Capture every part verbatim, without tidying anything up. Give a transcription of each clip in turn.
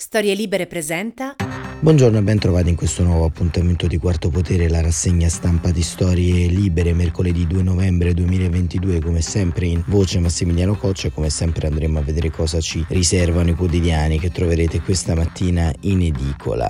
Storie Libere presenta. Buongiorno e ben trovati in questo nuovo appuntamento di Quarto Potere, la rassegna stampa di Storie Libere, mercoledì due novembre duemilaventidue, come sempre in voce Massimiliano Coccia, e come sempre andremo a vedere cosa ci riservano i quotidiani che troverete questa mattina in edicola.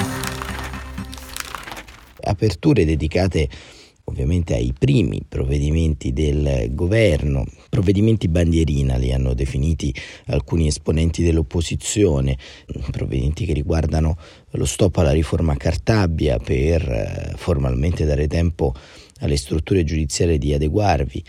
Aperture dedicate ovviamente ai primi provvedimenti del governo, provvedimenti bandierina li hanno definiti alcuni esponenti dell'opposizione, provvedimenti che riguardano lo stop alla riforma Cartabia per eh, formalmente dare tempo alle strutture giudiziarie di adeguarvi,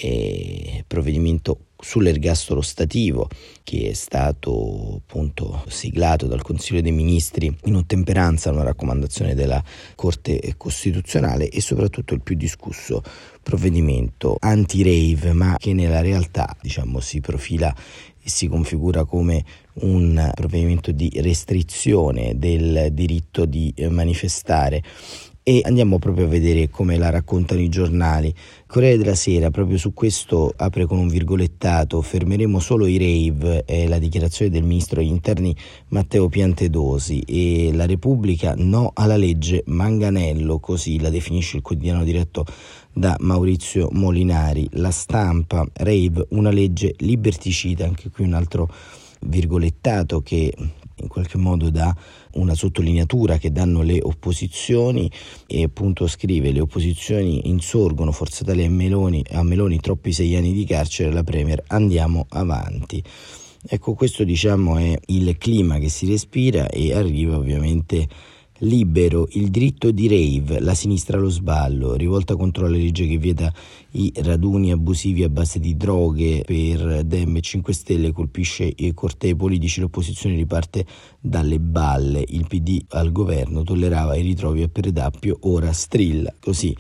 e provvedimento sull'ergastolo stativo che è stato appunto siglato dal Consiglio dei Ministri in ottemperanza a una raccomandazione della Corte Costituzionale, e soprattutto il più discusso provvedimento anti-rave, ma che nella realtà diciamo si profila e si configura come un provvedimento di restrizione del diritto di manifestare. E andiamo proprio a vedere come la raccontano i giornali. Corriere della Sera proprio su questo apre con un virgolettato: fermeremo solo i rave, è la dichiarazione del ministro degli interni Matteo Piantedosi. E la Repubblica: no alla legge Manganello, così la definisce il quotidiano diretto da Maurizio Molinari. La Stampa: rave, una legge liberticida. Anche qui un altro virgolettato che in qualche modo dà una sottolineatura che danno le opposizioni, e appunto scrive: le opposizioni insorgono, Forza Italia e Meloni, a Meloni troppi sei anni di carcere, la Premier andiamo avanti. Ecco, questo diciamo è il clima che si respira, e arriva ovviamente Libero: il diritto di rave, la sinistra allo sballo, rivolta contro la legge che vieta i raduni abusivi a base di droghe per Dem e cinque Stelle, colpisce i cortei politici, l'opposizione riparte dalle balle, il P D al governo tollerava i ritrovi a Predappio, ora strilla. Così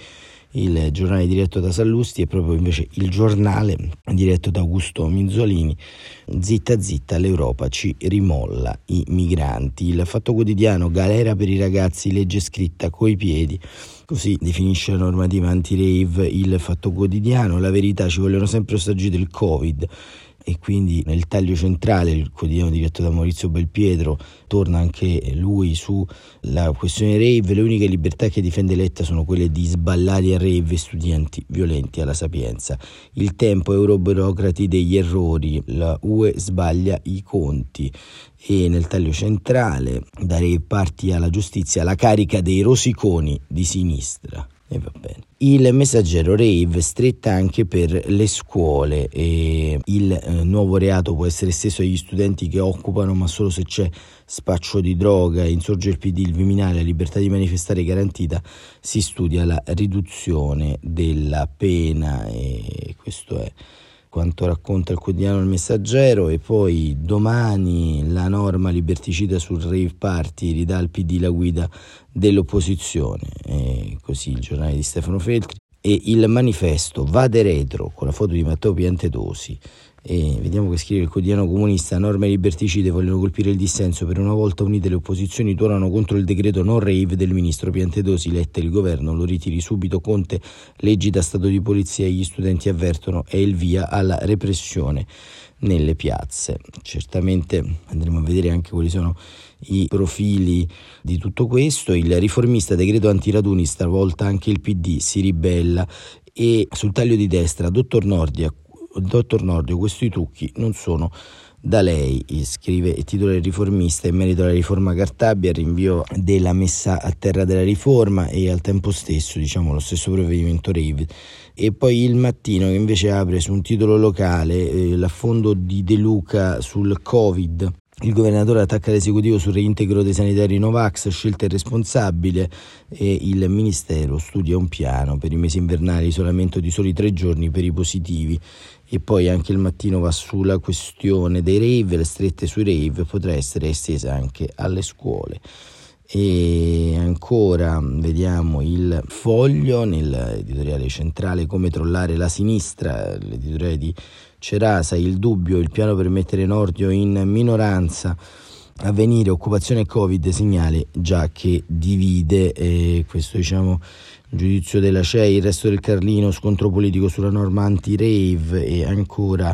il giornale diretto da Sallusti, e proprio invece il giornale diretto da Augusto Minzolini: zitta zitta, l'Europa ci rimolla i migranti. Il Fatto Quotidiano: galera per i ragazzi, legge scritta coi piedi, così definisce la normativa anti-rave il Fatto Quotidiano. La Verità: ci vogliono sempre ostaggi del Covid. E quindi nel taglio centrale, il quotidiano diretto da Maurizio Belpietro, torna anche lui sulla questione rave: le uniche libertà che difende Letta sono quelle di sballare a rave studenti violenti alla Sapienza. Il Tempo: euroburocrati degli errori, la U E sbaglia i conti. E nel taglio centrale: da rave party alla giustizia, la carica dei rosiconi di sinistra. E va bene. Il Messaggero: rave stretta anche per le scuole, e il eh, nuovo reato può essere esteso agli studenti che occupano, ma solo se c'è spaccio di droga. Insorge il P D, il Viminale: la libertà di manifestare garantita, si studia la riduzione della pena. E questo è quanto racconta il quotidiano Il Messaggero. E poi Domani: la norma liberticida sul rave party ridà al P D la guida dell'opposizione, e così il giornale di Stefano Feltri. E Il Manifesto: vade retro, con la foto di Matteo Piantedosi. E vediamo che scrive il quotidiano comunista: norme liberticide vogliono colpire il dissenso, per una volta unite le opposizioni tuonano contro il decreto non rave del ministro Piantedosi, Letta il governo lo ritiri subito, Conte leggi da stato di polizia, gli studenti avvertono è il via alla repressione nelle piazze. Certamente andremo a vedere anche quali sono i profili di tutto questo. Il Riformista: decreto antiraduni, stavolta anche il P D si ribella. E sul taglio di destra: dottor Nordia Dottor Nordio, questi trucchi non sono da lei, scrive e titola Il Riformista in merito alla riforma Cartabia, rinvio della messa a terra della riforma, e al tempo stesso diciamo lo stesso provvedimento rave. E poi Il Mattino, che invece apre su un titolo locale: eh, l'affondo di De Luca sul Covid. Il governatore attacca l'esecutivo sul reintegro dei sanitari Novax, scelta irresponsabile, e il ministero studia un piano per i mesi invernali, isolamento di soli tre giorni per i positivi. E poi anche Il Mattino va sulla questione dei rave: le strette sui rave potrà essere estesa anche alle scuole. E ancora vediamo Il Foglio nell'editoriale centrale: come trollare la sinistra, l'editoriale di Cerasa. Il Dubbio: il piano per mettere Nordio in minoranza, Avvenire: occupazione Covid, segnale già che divide. E questo diciamo giudizio della C E I. Il Resto del Carlino: scontro politico sulla norma anti-rave. E ancora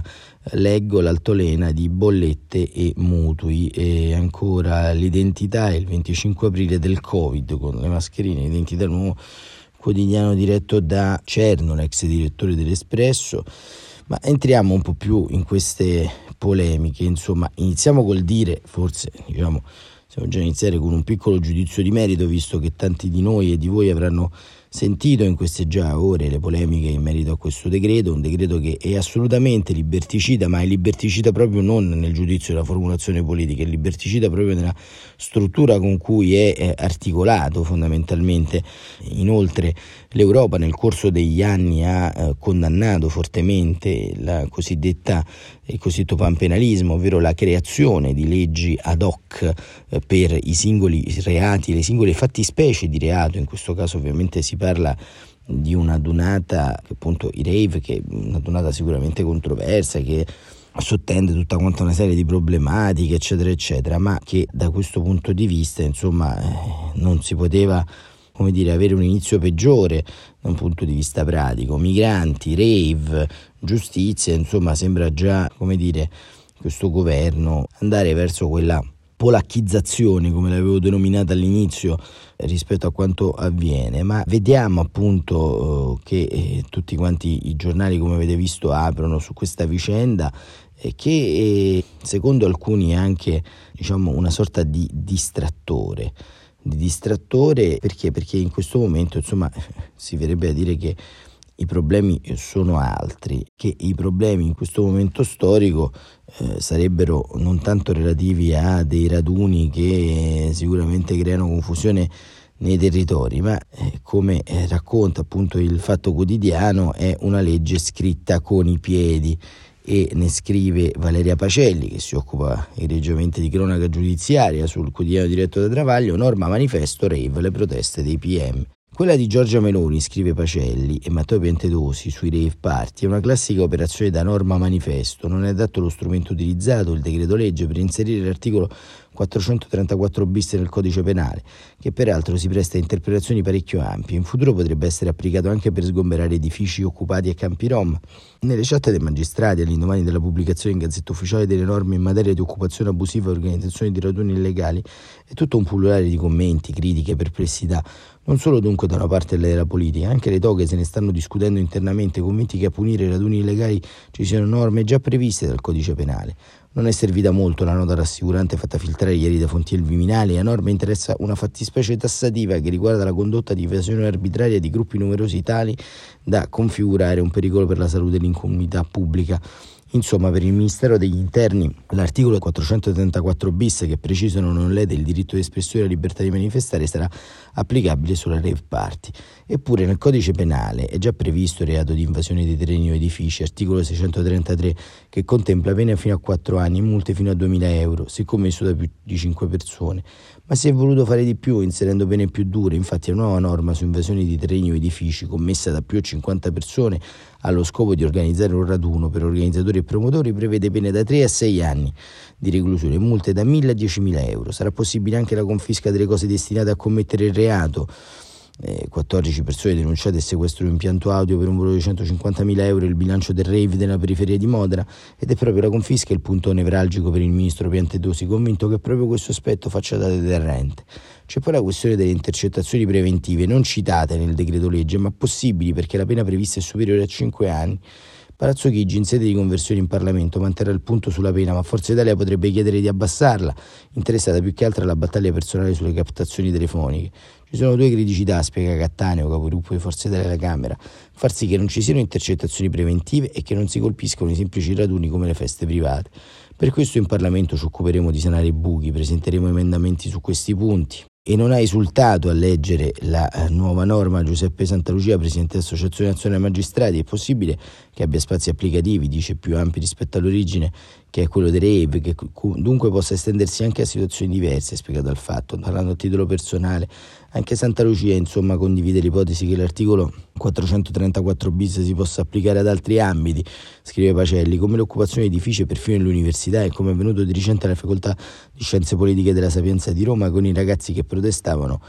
leggo l'altolena di bollette e mutui. E ancora l'identità è il venticinque aprile del Covid con le mascherine, identità, il nuovo quotidiano diretto da Cerno, l'ex direttore dell'Espresso. Ma entriamo un po' più in queste polemiche, insomma, iniziamo col dire, forse diciamo possiamo già iniziare con un piccolo giudizio di merito, visto che tanti di noi e di voi avranno sentito in queste già ore le polemiche in merito a questo decreto, un decreto che è assolutamente liberticida, ma è liberticida proprio non nel giudizio della formulazione politica, è liberticida proprio nella struttura con cui è eh, articolato fondamentalmente. Inoltre l'Europa nel corso degli anni ha eh, condannato fortemente la cosiddetta il cosiddetto panpenalismo, ovvero la creazione di leggi ad hoc eh, per i singoli reati, le singole fattispecie di reato. In questo caso ovviamente si parla di una adunata, appunto i rave, che è una adunata sicuramente controversa, che sottende tutta quanta una serie di problematiche eccetera eccetera, ma che da questo punto di vista insomma eh, non si poteva, come dire, avere un inizio peggiore da un punto di vista pratico. Migranti, rave, giustizia, insomma sembra già, come dire, questo governo andare verso quella polacchizzazione, come l'avevo denominata all'inizio, rispetto a quanto avviene. Ma vediamo appunto eh, che eh, tutti quanti i giornali, come avete visto, aprono su questa vicenda eh, che eh, secondo alcuni è anche, diciamo, una sorta di distrattore di distrattore perché? Perché in questo momento insomma si verrebbe a dire che i problemi sono altri, che i problemi in questo momento storico eh, sarebbero non tanto relativi a dei raduni che eh, sicuramente creano confusione nei territori, ma eh, come eh, racconta appunto il Fatto Quotidiano, è una legge scritta con i piedi. E ne scrive Valeria Pacelli, che si occupa egregiamente di cronaca giudiziaria sul quotidiano diretto da Travaglio. Norma manifesto rave, le proteste dei P M. Quella di Giorgia Meloni, scrive Pacelli, e Matteo Piantedosi sui rave party è una classica operazione da norma manifesto. Non è adatto lo strumento utilizzato, il decreto legge, per inserire l'articolo quattrocentotrentaquattro bis nel codice penale, che peraltro si presta a interpretazioni parecchio ampie. In futuro potrebbe essere applicato anche per sgomberare edifici occupati a campi rom. Nelle chat dei magistrati, all'indomani della pubblicazione in Gazzetta Ufficiale delle norme in materia di occupazione abusiva e organizzazione di raduni illegali, è tutto un pullulare di commenti, critiche, perplessità, non solo dunque da una parte della politica. Anche le toghe se ne stanno discutendo internamente, convinti che a punire i raduni illegali ci siano norme già previste dal codice penale. Non è servita molto la nota rassicurante fatta filtrare ieri da fonti del Viminale. La norma interessa una fattispecie tassativa che riguarda la condotta di evasione arbitraria di gruppi numerosi tali da configurare un pericolo per la salute e l'incolumità pubblica. Insomma, per il Ministero degli Interni l'articolo quattrocentotrentaquattro bis, che preciso non lede il diritto di espressione e la libertà di manifestare, sarà applicabile sulla rave party. Eppure nel codice penale è già previsto il reato di invasione di terreni o edifici, articolo seicentotrentatré, che contempla pene fino a quattro anni e multe fino a duemila euro se commesso da più di cinque persone. Ma si è voluto fare di più, inserendo pene più dure. Infatti la nuova norma su invasioni di terreni o edifici commessa da più di cinquanta persone allo scopo di organizzare un raduno per organizzatori e promotori prevede pene da tre a sei anni di reclusione e multe da mille a diecimila euro. Sarà possibile anche la confisca delle cose destinate a commettere il reato. Eh, quattordici persone denunciate e sequestro di un impianto audio per un valore di centocinquantamila euro il bilancio del rave della periferia di Modena, ed è proprio la confisca il punto nevralgico per il ministro Piantedosi, convinto che proprio questo aspetto faccia da deterrente. C'è poi la questione delle intercettazioni preventive, non citate nel decreto legge ma possibili perché la pena prevista è superiore a cinque anni. Palazzo Chigi in sede di conversione in Parlamento manterrà il punto sulla pena, ma Forza Italia potrebbe chiedere di abbassarla, interessata più che altro alla battaglia personale sulle captazioni telefoniche. Ci sono due criticità, spiega Cattaneo, capogruppo di Forza Italia alla Camera: far sì che non ci siano intercettazioni preventive e che non si colpiscono i semplici raduni come le feste private. Per questo in Parlamento ci occuperemo di sanare i buchi, presenteremo emendamenti su questi punti. E non ha esultato a leggere la nuova norma Giuseppe Santalucia, presidente dell'Associazione Nazionale Magistrati. È possibile che abbia spazi applicativi, dice, più ampi rispetto all'origine, che è quello dei rave, che dunque possa estendersi anche a situazioni diverse, spiegato al Fatto. Parlando a titolo personale, anche Santalucia insomma condivide l'ipotesi che l'articolo quattrocentotrentaquattro bis si possa applicare ad altri ambiti, scrive Pacelli, come l'occupazione di edifici e perfino nell'università, e come è avvenuto di recente alla Facoltà di Scienze Politiche della Sapienza di Roma con i ragazzi che protestavano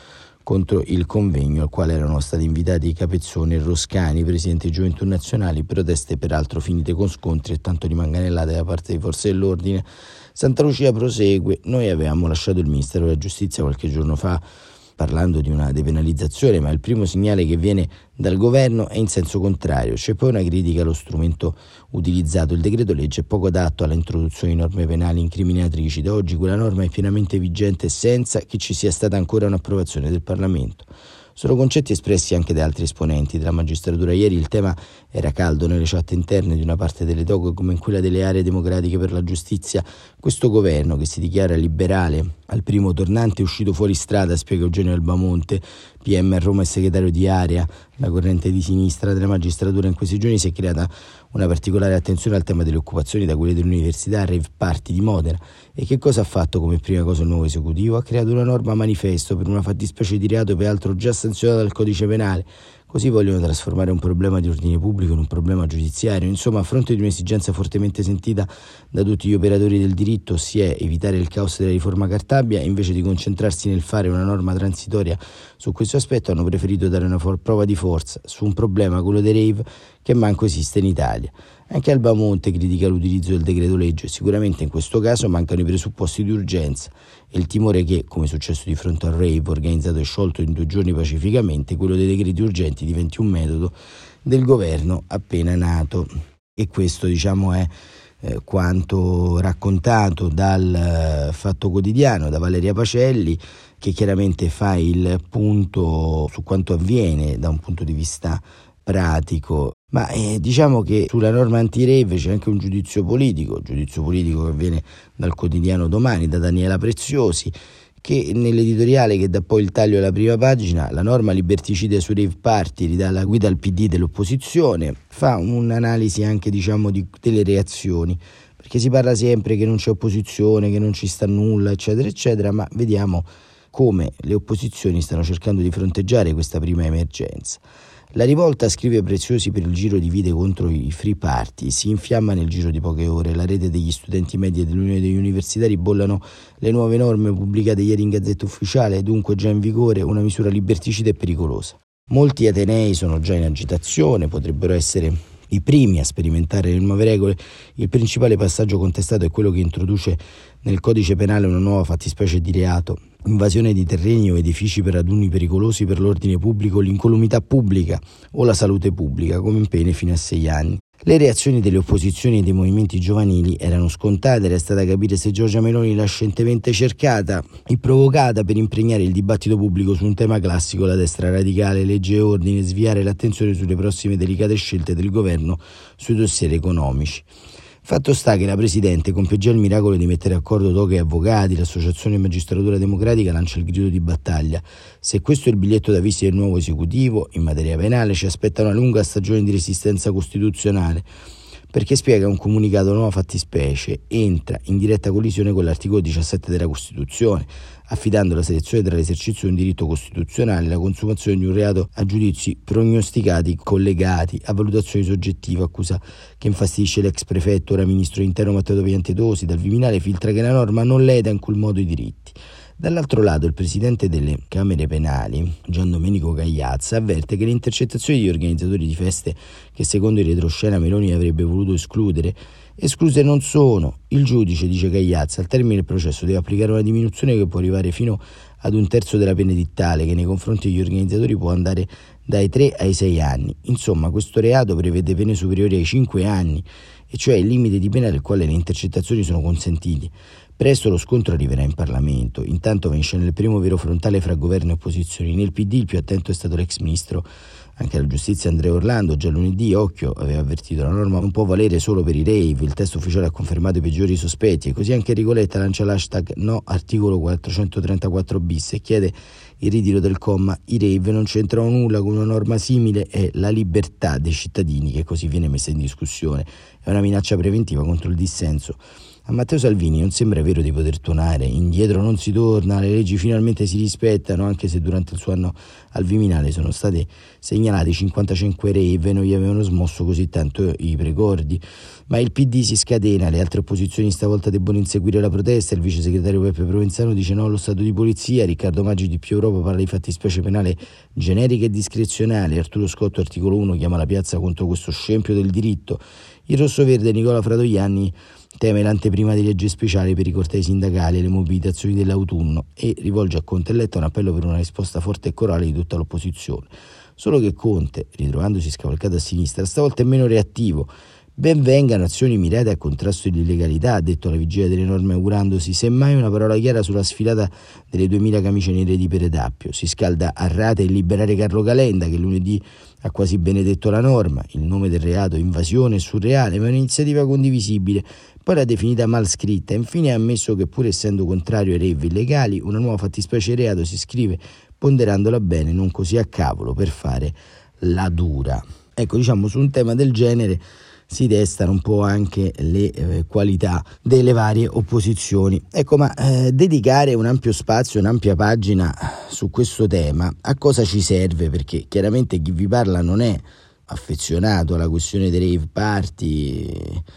contro il convegno al quale erano stati invitati Capezzone e Roscani, presidenti di Gioventù Nazionali, proteste peraltro finite con scontri e tanto di manganellate da parte di forze dell'ordine. Santa Lucia prosegue: noi avevamo lasciato il Ministero della Giustizia qualche giorno fa parlando di una depenalizzazione, ma il primo segnale che viene dal governo è in senso contrario. C'è poi una critica allo strumento utilizzato. Il decreto legge è poco adatto all'introduzione di norme penali incriminatrici. Da oggi quella norma è pienamente vigente senza che ci sia stata ancora un'approvazione del Parlamento. Sono concetti espressi anche da altri esponenti della magistratura. Ieri il tema era caldo nelle chat interne di una parte delle toghe come in quella delle aree democratiche per la giustizia. Questo governo, che si dichiara liberale al primo tornante, è uscito fuori strada, spiega Eugenio Albamonte, P M a Roma e segretario di area, la corrente di sinistra della magistratura. In questi giorni si è creata una particolare attenzione al tema delle occupazioni, da quelle dell'università a rave party di Modena. E che cosa ha fatto come prima cosa il nuovo esecutivo? Ha creato una norma manifesto per una fattispecie di reato peraltro già sanzionata dal codice penale. Così vogliono trasformare un problema di ordine pubblico in un problema giudiziario. Insomma, a fronte di un'esigenza fortemente sentita da tutti gli operatori del diritto, ossia evitare il caos della riforma Cartabia, invece di concentrarsi nel fare una norma transitoria su questo aspetto, hanno preferito dare una for- prova di forza su un problema, quello dei rave, che manco esiste in Italia. Anche Albamonte critica l'utilizzo del decreto legge. Sicuramente in questo caso mancano i presupposti di urgenza e il timore che, come è successo di fronte al rave organizzato e sciolto in due giorni pacificamente, quello dei decreti urgenti diventi un metodo del governo appena nato. E questo, diciamo, è eh, quanto raccontato dal uh, Fatto Quotidiano, da Valeria Pacelli, che chiaramente fa il punto su quanto avviene da un punto di vista pratico. Ma eh, diciamo che sulla norma anti-rave c'è anche un giudizio politico, giudizio politico che viene dal quotidiano Domani, da Daniela Preziosi, che nell'editoriale che dà poi il taglio alla prima pagina, la norma liberticida sui rave party ridà la guida al P D dell'opposizione, fa un'analisi anche, diciamo, di, delle reazioni, perché si parla sempre che non c'è opposizione, che non ci sta nulla, eccetera, eccetera, ma vediamo come le opposizioni stanno cercando di fronteggiare questa prima emergenza. La rivolta, scrive Preziosi, per il giro di vite contro i free party si infiamma nel giro di poche ore. La rete degli studenti medi e dell'Unione degli Universitari bollano le nuove norme pubblicate ieri in Gazzetta Ufficiale, dunque già in vigore, una misura liberticida e pericolosa. Molti atenei sono già in agitazione, potrebbero essere i primi a sperimentare le nuove regole. Il principale passaggio contestato è quello che introduce nel codice penale una nuova fattispecie di reato: invasione di terreni o edifici per raduni pericolosi per l'ordine pubblico, l'incolumità pubblica o la salute pubblica, come pene fino a sei anni. Le reazioni delle opposizioni e dei movimenti giovanili erano scontate, resta da capire se Giorgia Meloni l'ha scientemente cercata e provocata per impregnare il dibattito pubblico su un tema classico: la destra radicale, legge e ordine, sviare l'attenzione sulle prossime delicate scelte del governo sui dossier economici. Fatto sta che la Presidente compie già il miracolo di mettere d'accordo toghe e avvocati. L'Associazione Magistratura Democratica lancia il grido di battaglia. Se questo è il biglietto da visita del nuovo esecutivo, in materia penale ci aspetta una lunga stagione di resistenza costituzionale, perché spiega un comunicato: nuova fattispecie entra in diretta collisione con l'articolo diciassette della Costituzione, affidando la selezione tra l'esercizio di un diritto costituzionale e la consumazione di un reato a giudizi prognosticati collegati a valutazioni soggettive. Accusa che infastidisce l'ex prefetto, ora ministro dell'Interno Matteo Piantedosi. Dal Viminale filtra che la norma non leda in quel modo i diritti. Dall'altro lato, il presidente delle Camere Penali, Gian Domenico Cagliazza, avverte che le intercettazioni degli organizzatori di feste, che secondo il retroscena Meloni avrebbe voluto escludere, escluse non sono. Il giudice, dice Cagliazza, al termine del processo deve applicare una diminuzione che può arrivare fino ad un terzo della pena edittale, che nei confronti degli organizzatori può andare dai tre ai sei anni. Insomma, questo reato prevede pene superiori ai cinque anni, e cioè il limite di pena del quale le intercettazioni sono consentite. Presto lo scontro arriverà in Parlamento. Intanto va in scena il primo vero frontale fra governo e opposizioni. Nel P D il più attento è stato l'ex ministro anche alla giustizia Andrea Orlando. Già lunedì, occhio, aveva avvertito: la norma non può valere solo per i rave. Il testo ufficiale ha confermato i peggiori sospetti. E così anche Enrico Letta lancia l'hashtag no articolo quattrocentotrentaquattro bis e chiede il ritiro del comma: i rave non c'entrano nulla con una norma simile, è la libertà dei cittadini che così viene messa in discussione. È una minaccia preventiva contro il dissenso A Matteo Salvini non sembra vero di poter tuonare, indietro non si torna, le leggi finalmente si rispettano, anche se durante il suo anno al Viminale sono state segnalate cinquantacinque rave e non gli avevano smosso così tanto i precordi. Ma il P D si scatena, le altre opposizioni stavolta debbono inseguire la protesta, il vice segretario Peppe Provenzano dice no allo stato di polizia, Riccardo Maggi di Più Europa parla di fattispecie penale generica e discrezionale, Arturo Scotto articolo uno chiama la piazza contro questo scempio del diritto, il rossoverde Nicola Fratoianni teme l'anteprima di legge speciale per i cortei sindacali e le mobilitazioni dell'autunno e rivolge a Conte e Letta un appello per una risposta forte e corale di tutta l'opposizione. Solo che Conte, ritrovandosi scavalcato a sinistra, stavolta è meno reattivo. Ben vengano azioni mirate al contrasto dell'illegalità, ha detto alla vigilia delle norme augurandosi semmai una parola chiara sulla sfilata delle duemila camicie nere di Peredappio. Si scalda a rate il liberare Carlo Calenda che lunedì ha quasi benedetto la norma, il nome del reato invasione è surreale ma è un'iniziativa condivisibile, poi l'ha definita mal scritta e infine ha ammesso che pur essendo contrario ai rave illegali una nuova fattispecie di reato si scrive ponderandola bene, non così a cavolo per fare la dura. Ecco, diciamo su un tema del genere si testano un po' anche le eh, qualità delle varie opposizioni. Ecco, ma eh, dedicare un ampio spazio, un'ampia pagina su questo tema, a cosa ci serve? Perché chiaramente chi vi parla non è affezionato alla questione dei rave party,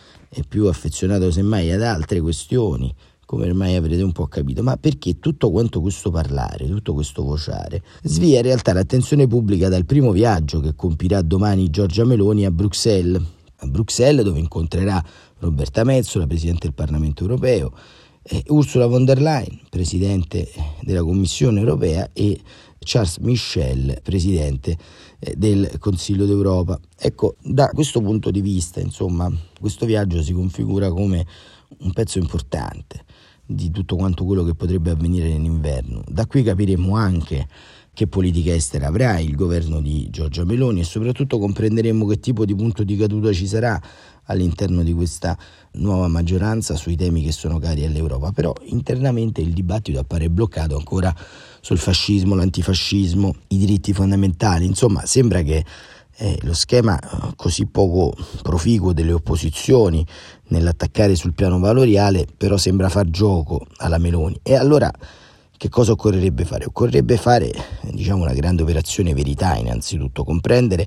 è più affezionato semmai ad altre questioni, come ormai avrete un po' capito, ma perché tutto quanto questo parlare, tutto questo vociare, svia in realtà l'attenzione pubblica dal primo viaggio che compirà domani Giorgia Meloni a Bruxelles, a Bruxelles dove incontrerà Roberta Metsola, Presidente del Parlamento Europeo, eh, Ursula von der Leyen, Presidente della Commissione Europea e Charles Michel, Presidente eh, del Consiglio d'Europa. Ecco, da questo punto di vista, insomma, questo viaggio si configura come un pezzo importante di tutto quanto quello che potrebbe avvenire nell'inverno. Da qui capiremo anche che politica estera avrà il governo di Giorgia Meloni e soprattutto comprenderemo che tipo di punto di caduta ci sarà all'interno di questa nuova maggioranza sui temi che sono cari all'Europa. Però internamente il dibattito appare bloccato ancora sul fascismo, l'antifascismo, i diritti fondamentali. Insomma, sembra che eh, lo schema così poco proficuo delle opposizioni nell'attaccare sul piano valoriale però sembra far gioco alla Meloni. E allora che cosa occorrerebbe fare? Occorrerebbe fare diciamo una grande operazione verità, innanzitutto comprendere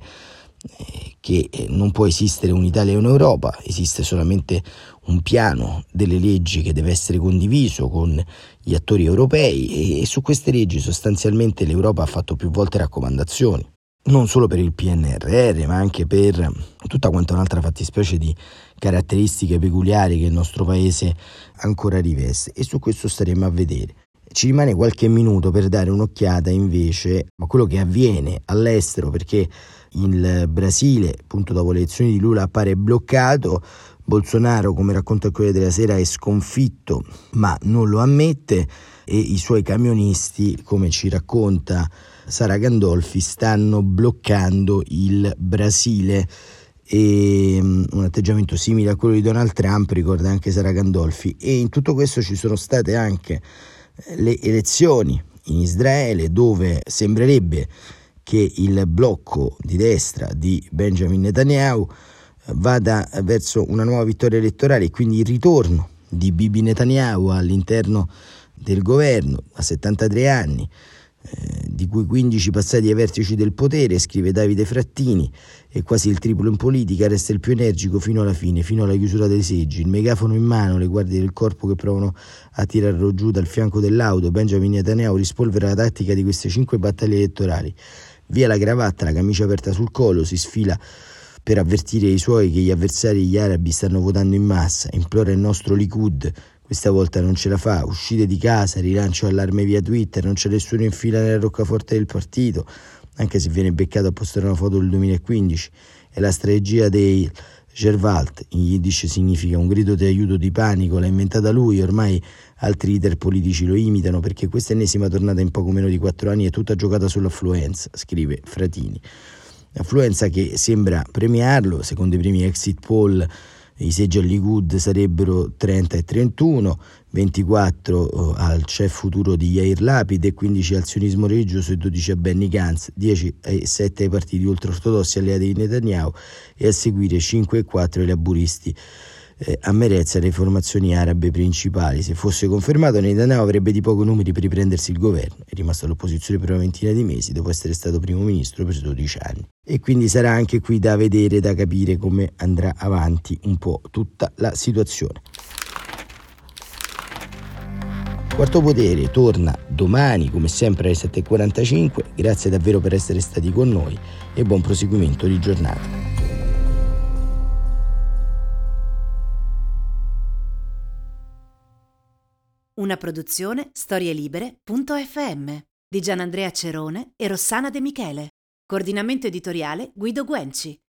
eh, che non può esistere un'Italia e un'Europa, esiste solamente un piano delle leggi che deve essere condiviso con gli attori europei e, e su queste leggi sostanzialmente l'Europa ha fatto più volte raccomandazioni, non solo per il P N R R ma anche per tutta quanta un'altra fattispecie di caratteristiche peculiari che il nostro paese ancora riveste e su questo staremo a vedere. Ci rimane qualche minuto per dare un'occhiata invece a quello che avviene all'estero, perché il Brasile, appunto dopo le elezioni di Lula, appare bloccato. Bolsonaro, come racconta il Corriere della Sera, è sconfitto ma non lo ammette e i suoi camionisti, come ci racconta Sara Gandolfi, stanno bloccando il Brasile. E um, un atteggiamento simile a quello di Donald Trump, ricorda anche Sara Gandolfi. E in tutto questo ci sono state anche le elezioni in Israele, dove sembrerebbe che il blocco di destra di Benjamin Netanyahu vada verso una nuova vittoria elettorale e quindi il ritorno di Bibi Netanyahu all'interno del governo a settantatré anni, eh, di cui quindici passati ai vertici del potere, scrive Davide Frattini, e quasi il triplo in politica, resta il più energico fino alla fine, fino alla chiusura dei seggi, il megafono in mano, le guardie del corpo che provano a tirarlo giù dal fianco dell'auto. Benjamin Netanyahu rispolvera la tattica di queste cinque battaglie elettorali, via la cravatta, la camicia aperta sul collo, si sfila per avvertire i suoi che gli avversari gli arabi stanno votando in massa, implora il nostro Likud, questa volta non ce la fa, uscite di casa, rilancio allarme via Twitter, non c'è nessuno in fila nella roccaforte del partito, anche se viene beccato a postare una foto del duemilaquindici, è la strategia dei Gervalt, in yiddish significa un grido di aiuto di panico, l'ha inventata lui, ormai altri leader politici lo imitano perché questa ennesima tornata in poco meno di quattro anni è tutta giocata sull'affluenza, scrive Fratini. Affluenza che sembra premiarlo, secondo i primi exit poll i seggi al Likud sarebbero trenta e trentuno, ventiquattro al chef futuro di Yair Lapid e quindici al sionismo religioso e dodici a Benny Gantz, dieci e sette ai partiti ultraortodossi alleati di Netanyahu e a seguire cinque e quattro ai laburisti eh, amarezza le formazioni arabe principali. Se fosse confermato, Netanyahu avrebbe di poco numeri per riprendersi il governo. È rimasto all'opposizione per una ventina di mesi dopo essere stato primo ministro per dodici anni. E quindi sarà anche qui da vedere, da capire come andrà avanti un po' tutta la situazione. Quarto Potere torna domani come sempre alle sette e quarantacinque. Grazie davvero per essere stati con noi e buon proseguimento di giornata. Una produzione storielibere punto effe emme di Gianandrea Cerone e Rossana De Michele. Coordinamento editoriale Guido Guenci.